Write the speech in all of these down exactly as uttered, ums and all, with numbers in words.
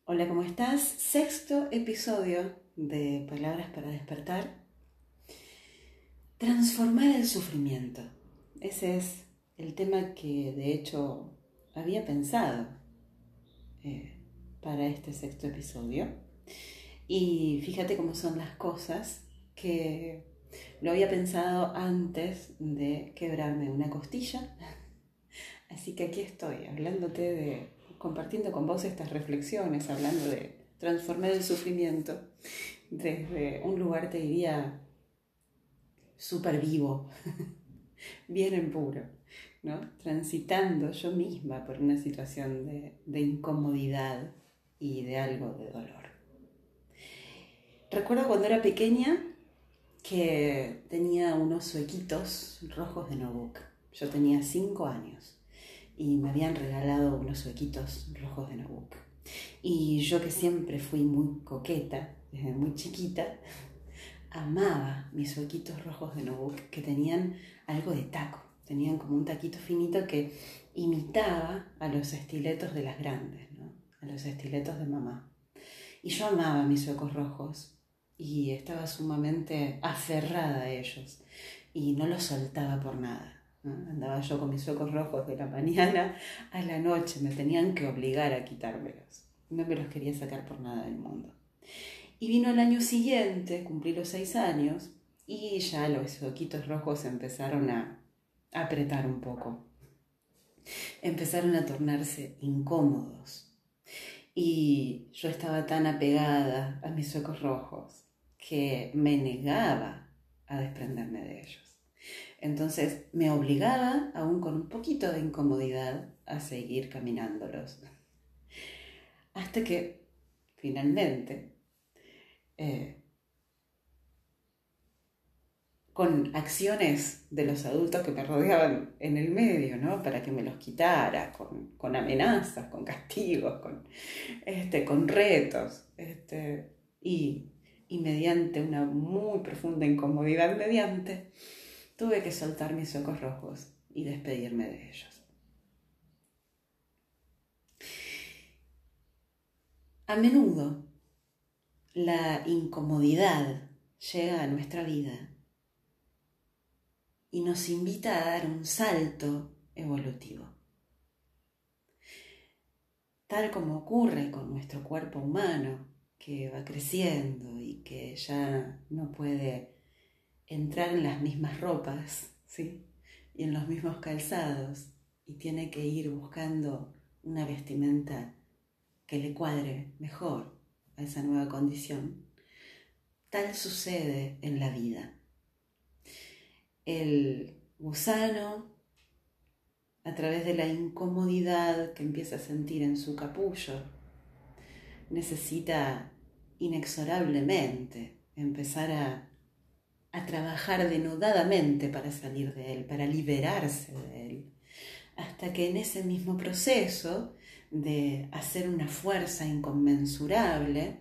Hola, ¿cómo estás? Sexto episodio de Palabras para despertar. Transformar el sufrimiento. Ese es el tema que de hecho había pensado eh, para este sexto episodio. Y fíjate cómo son las cosas, que lo había pensado antes de quebrarme una costilla. Así que aquí estoy, hablándote de, compartiendo con vos estas reflexiones, hablando de transformar el sufrimiento desde un lugar, te diría, súper vivo, bien en puro, ¿no? Transitando yo misma por una situación de, de incomodidad y de algo de dolor. Recuerdo cuando era pequeña que tenía unos huequitos rojos de Nobuc. Yo tenía cinco años y me habían regalado unos huequitos rojos de Nobuc. Y yo, que siempre fui muy coqueta, desde muy chiquita, amaba mis huequitos rojos de Nobuc, que tenían algo de taco. Tenían como un taquito finito que imitaba a los estiletos de las grandes, ¿no? A los estiletos de mamá. Y yo amaba mis huecos rojos y estaba sumamente aferrada a ellos y no los soltaba por nada, ¿no? Andaba yo con mis huecos rojos de la mañana a la noche, me tenían que obligar a quitármelos. No me los quería sacar por nada del mundo. Y vino el año siguiente, cumplí los seis años y ya los huequitos rojos empezaron a apretar un poco. Empezaron a tornarse incómodos. Y yo estaba tan apegada a mis huecos rojos que me negaba a desprenderme de ellos. Entonces me obligaba, aún con un poquito de incomodidad, a seguir caminándolos. Hasta que, finalmente, eh, con acciones de los adultos que me rodeaban en el medio, ¿no? Para que me los quitara, con, con amenazas, con castigos, con, este, con retos, este, y, y mediante una muy profunda incomodidad mediante, tuve que soltar mis ojos rojos y despedirme de ellos. A menudo la incomodidad llega a nuestra vida y nos invita a dar un salto evolutivo. Tal como ocurre con nuestro cuerpo humano, que va creciendo y que ya no puede entrar en las mismas ropas, ¿sí? Y en los mismos calzados, y tiene que ir buscando una vestimenta que le cuadre mejor a esa nueva condición. Tal sucede en la vida. El gusano, a través de la incomodidad que empieza a sentir en su capullo, necesita inexorablemente empezar a, a trabajar denodadamente para salir de él, para liberarse de él, hasta que en ese mismo proceso de hacer una fuerza inconmensurable,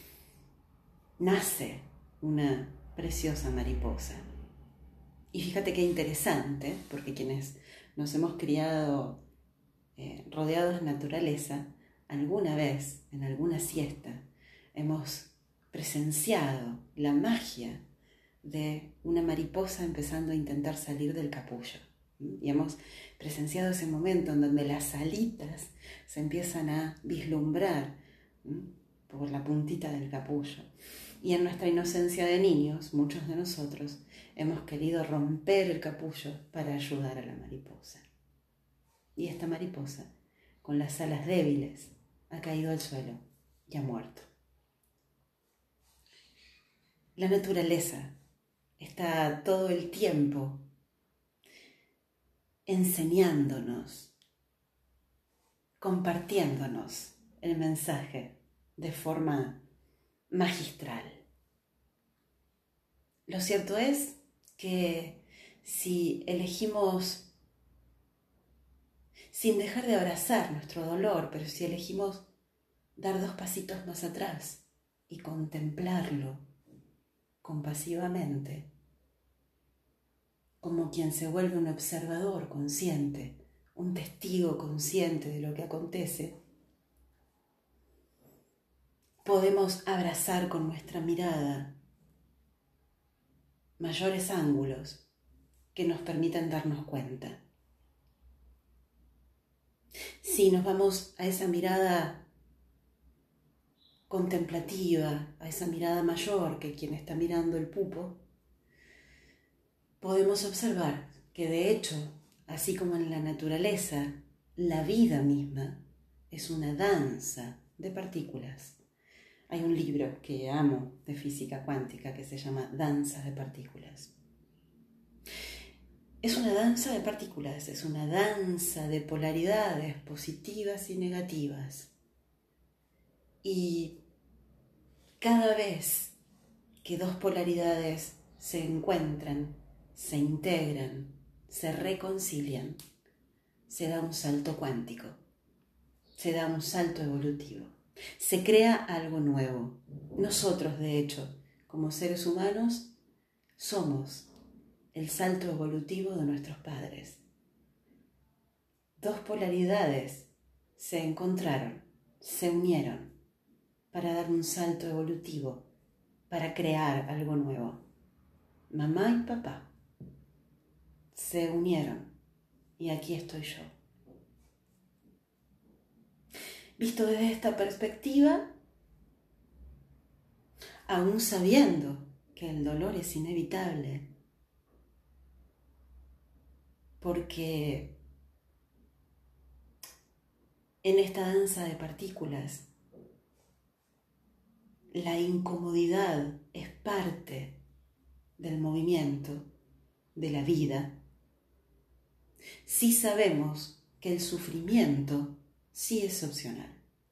nace una preciosa mariposa. Y fíjate qué interesante, porque quienes nos hemos criado eh, rodeados de naturaleza, alguna vez, en alguna siesta, hemos presenciado la magia de una mariposa empezando a intentar salir del capullo. Y hemos presenciado ese momento en donde las alitas se empiezan a vislumbrar por la puntita del capullo. Y en nuestra inocencia de niños, muchos de nosotros hemos querido romper el capullo para ayudar a la mariposa. Y esta mariposa, con las alas débiles, ha caído al suelo y ha muerto. La naturaleza está todo el tiempo enseñándonos, compartiéndonos el mensaje de forma magistral. Lo cierto es que si elegimos, sin dejar de abrazar nuestro dolor, pero si elegimos dar dos pasitos más atrás y contemplarlo compasivamente, como quien se vuelve un observador consciente, un testigo consciente de lo que acontece, podemos abrazar con nuestra mirada mayores ángulos que nos permitan darnos cuenta. Si nos vamos a esa mirada contemplativa, a esa mirada mayor que quien está mirando el pupo, podemos observar que de hecho, así como en la naturaleza, la vida misma es una danza de partículas. Hay un libro que amo de física cuántica que se llama Danza de Partículas. Es una danza de partículas, es una danza de polaridades positivas y negativas. Y cada vez que dos polaridades se encuentran, se integran, se reconcilian, se da un salto cuántico, se da un salto evolutivo, se crea algo nuevo. Nosotros, de hecho, como seres humanos, somos el salto evolutivo de nuestros padres. Dos polaridades se encontraron, se unieron para dar un salto evolutivo, para crear algo nuevo. Mamá y papá se unieron y aquí estoy yo. Visto desde esta perspectiva, aún sabiendo que el dolor es inevitable, porque en esta danza de partículas la incomodidad es parte del movimiento de la vida, sí sabemos que el sufrimiento sí es opcional.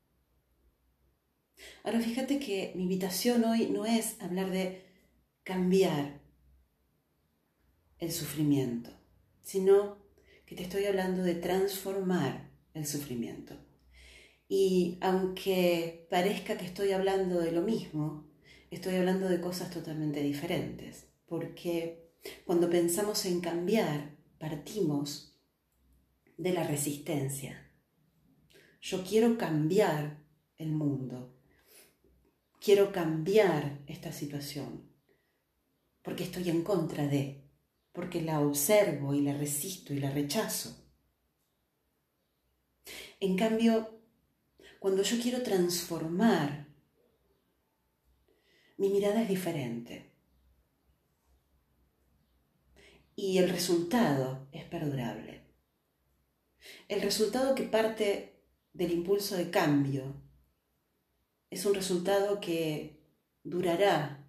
Ahora fíjate que mi invitación hoy no es hablar de cambiar el sufrimiento, sino que te estoy hablando de transformar el sufrimiento. Y aunque parezca que estoy hablando de lo mismo, estoy hablando de cosas totalmente diferentes, porque cuando pensamos en cambiar, partimos de la resistencia. Yo quiero cambiar el mundo, quiero cambiar esta situación, porque estoy en contra de, porque la observo y la resisto y la rechazo. En cambio, cuando yo quiero transformar, mi mirada es diferente. Y el resultado es perdurable. El resultado que parte del impulso de cambio es un resultado que durará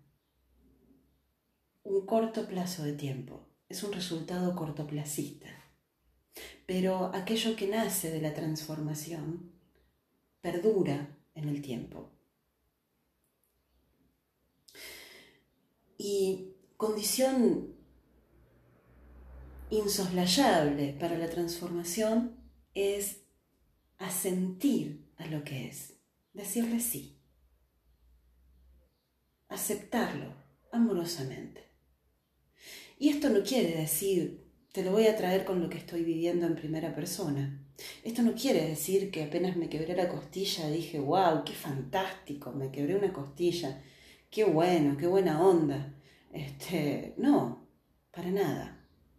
un corto plazo de tiempo. Es un resultado cortoplacista. Pero aquello que nace de la transformación perdura en el tiempo. Y condición insoslayable para la transformación es asentir a lo que es, decirle sí, aceptarlo amorosamente. Y esto no quiere decir, te lo voy a traer con lo que estoy viviendo en primera persona. Esto no quiere decir que apenas me quebré la costilla dije, wow, qué fantástico, me quebré una costilla, qué bueno, qué buena onda. Este, no, para nada.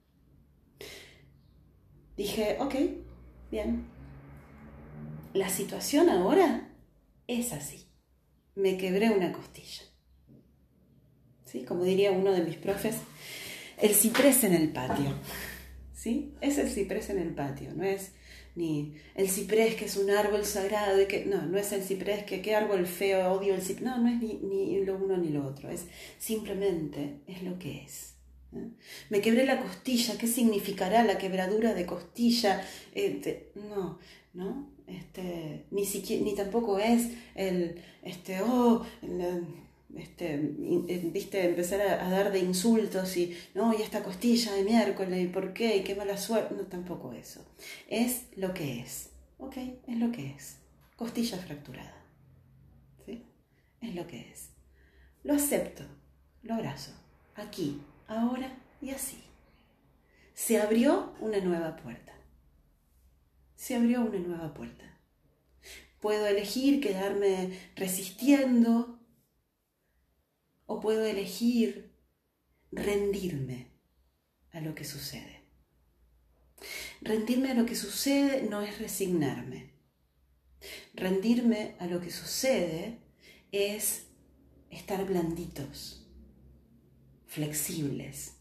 Dije, ok, bien. La situación ahora es así. Me quebré una costilla. ¿Sí? Como diría uno de mis profes, el ciprés en el patio. ¿Sí? Es el ciprés en el patio, no es ni el ciprés que es un árbol sagrado y que no, no es el ciprés que qué árbol feo, odio el ciprés, no, no es ni, ni lo uno ni lo otro, es simplemente es lo que es. ¿Eh? Me quebré la costilla, ¿qué significará la quebradura de costilla? Este, no, no, este, ni siquiera, ni tampoco es el, este, oh, el, Este, viste, empezar a, a dar de insultos y no, y esta costilla de miércoles, y por qué, y qué mala suerte, no, tampoco eso. Es lo que es, ok, es lo que es, costilla fracturada, ¿sí? Es lo que es. Lo acepto, lo abrazo, aquí, ahora y así. Se abrió una nueva puerta, se abrió una nueva puerta. Puedo elegir quedarme resistiendo o puedo elegir rendirme a lo que sucede. Rendirme a lo que sucede no es resignarme. Rendirme a lo que sucede es estar blanditos, flexibles,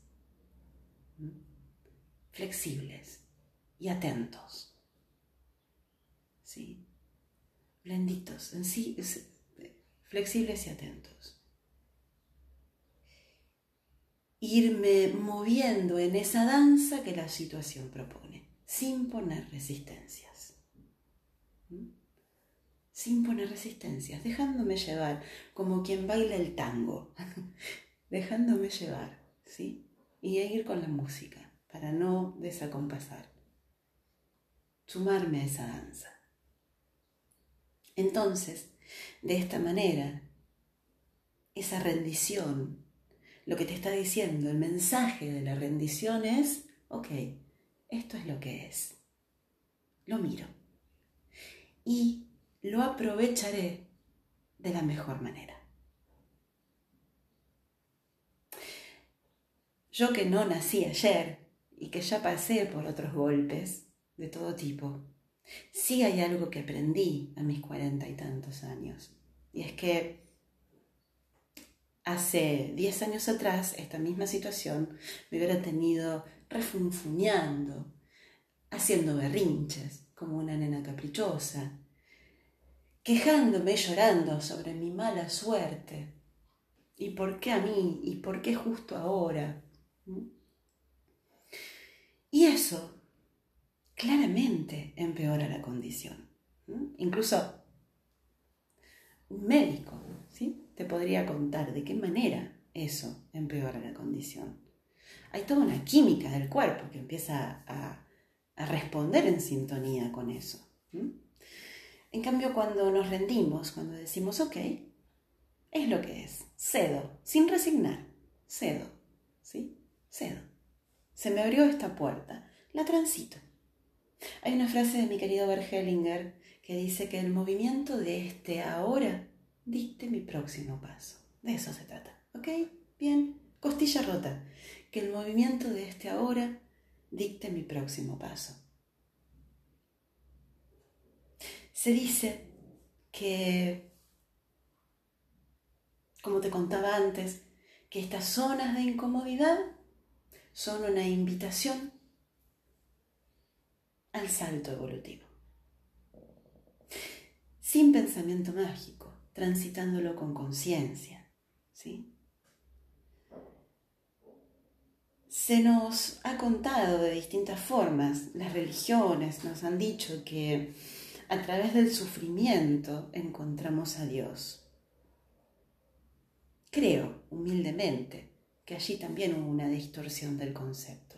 flexibles y atentos. ¿Sí? Blanditos, en sí, flexibles y atentos. Irme moviendo en esa danza que la situación propone, sin poner resistencias. ¿Mm? Sin poner resistencias, dejándome llevar, como quien baila el tango, dejándome llevar, ¿sí? Y ir con la música, para no desacompasar, sumarme a esa danza. Entonces, de esta manera, esa rendición, lo que te está diciendo, el mensaje de la rendición es, ok, esto es lo que es, lo miro y lo aprovecharé de la mejor manera. Yo que no nací ayer y que ya pasé por otros golpes de todo tipo, sí hay algo que aprendí a mis cuarenta y tantos años. Y es que hace diez años atrás esta misma situación me hubiera tenido refunfuñando, haciendo berrinches como una nena caprichosa, quejándome y llorando sobre mi mala suerte. ¿Y por qué a mí? ¿Y por qué justo ahora? ¿Mm? Y eso claramente empeora la condición. ¿Mm? Incluso un médico, ¿sí?, te podría contar de qué manera eso empeora la condición. Hay toda una química del cuerpo que empieza a, a responder en sintonía con eso. ¿Mm? En cambio, cuando nos rendimos, cuando decimos, ok, es lo que es, cedo, sin resignar, cedo, ¿sí? Cedo. Se me abrió esta puerta, la transito. Hay una frase de mi querido Bert Hellinger que dice que el movimiento de este ahora dicte mi próximo paso. De eso se trata, ¿ok? Bien, costilla rota. Que el movimiento de este ahora dicte mi próximo paso. Se dice que, como te contaba antes, que estas zonas de incomodidad son una invitación al salto evolutivo. Sin pensamiento mágico, transitándolo con conciencia, ¿sí? Se nos ha contado de distintas formas, las religiones nos han dicho que a través del sufrimiento encontramos a Dios. Creo, humildemente, que allí también hubo una distorsión del concepto.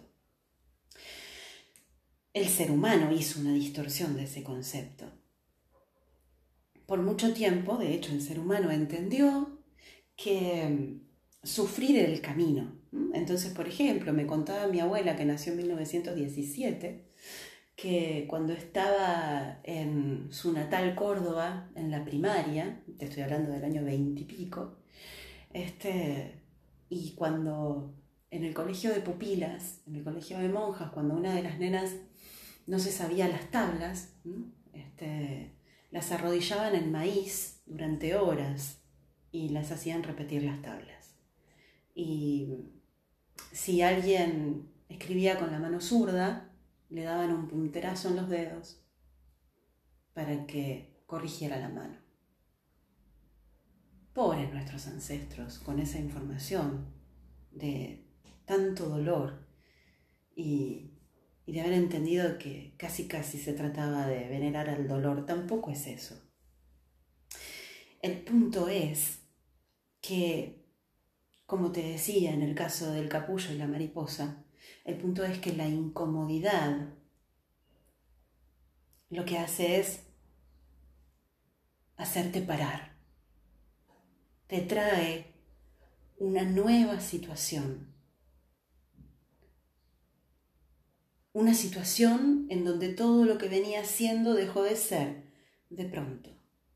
El ser humano hizo una distorsión de ese concepto. Por mucho tiempo, de hecho, el ser humano entendió que sufrir era el camino. Entonces, por ejemplo, me contaba mi abuela, que nació en mil novecientos diecisiete, que cuando estaba en su natal Córdoba, en la primaria, te estoy hablando del año veinte y pico, este, y cuando en el colegio de pupilas, en el colegio de monjas, cuando una de las nenas no se sabía las tablas, este, las arrodillaban en maíz durante horas y las hacían repetir las tablas. Y si alguien escribía con la mano zurda, le daban un punterazo en los dedos para que corrigiera la mano. Pobres nuestros ancestros con esa información de tanto dolor y, y de haber entendido que casi casi se trataba de venerar al dolor. Tampoco es eso. El punto es que, como te decía en el caso del capullo y la mariposa, el punto es que la incomodidad lo que hace es hacerte parar. Te trae una nueva situación. Una situación en donde todo lo que venía siendo dejó de ser de pronto.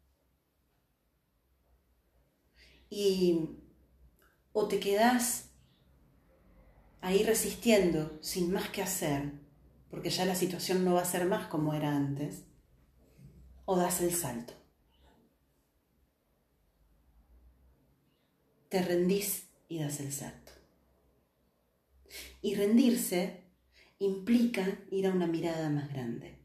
Y o te quedás ahí resistiendo sin más que hacer, porque ya la situación no va a ser más como era antes, o das el salto. Te rendís y das el salto. Y rendirse implica ir a una mirada más grande.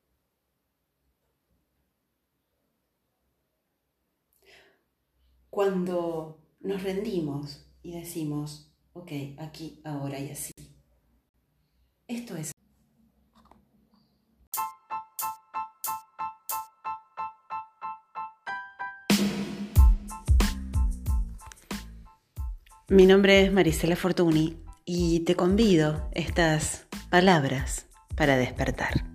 Cuando nos rendimos y decimos, ok, aquí, ahora y así. Esto es. Mi nombre es Marisela Fortuny y te convido a estas palabras para despertar.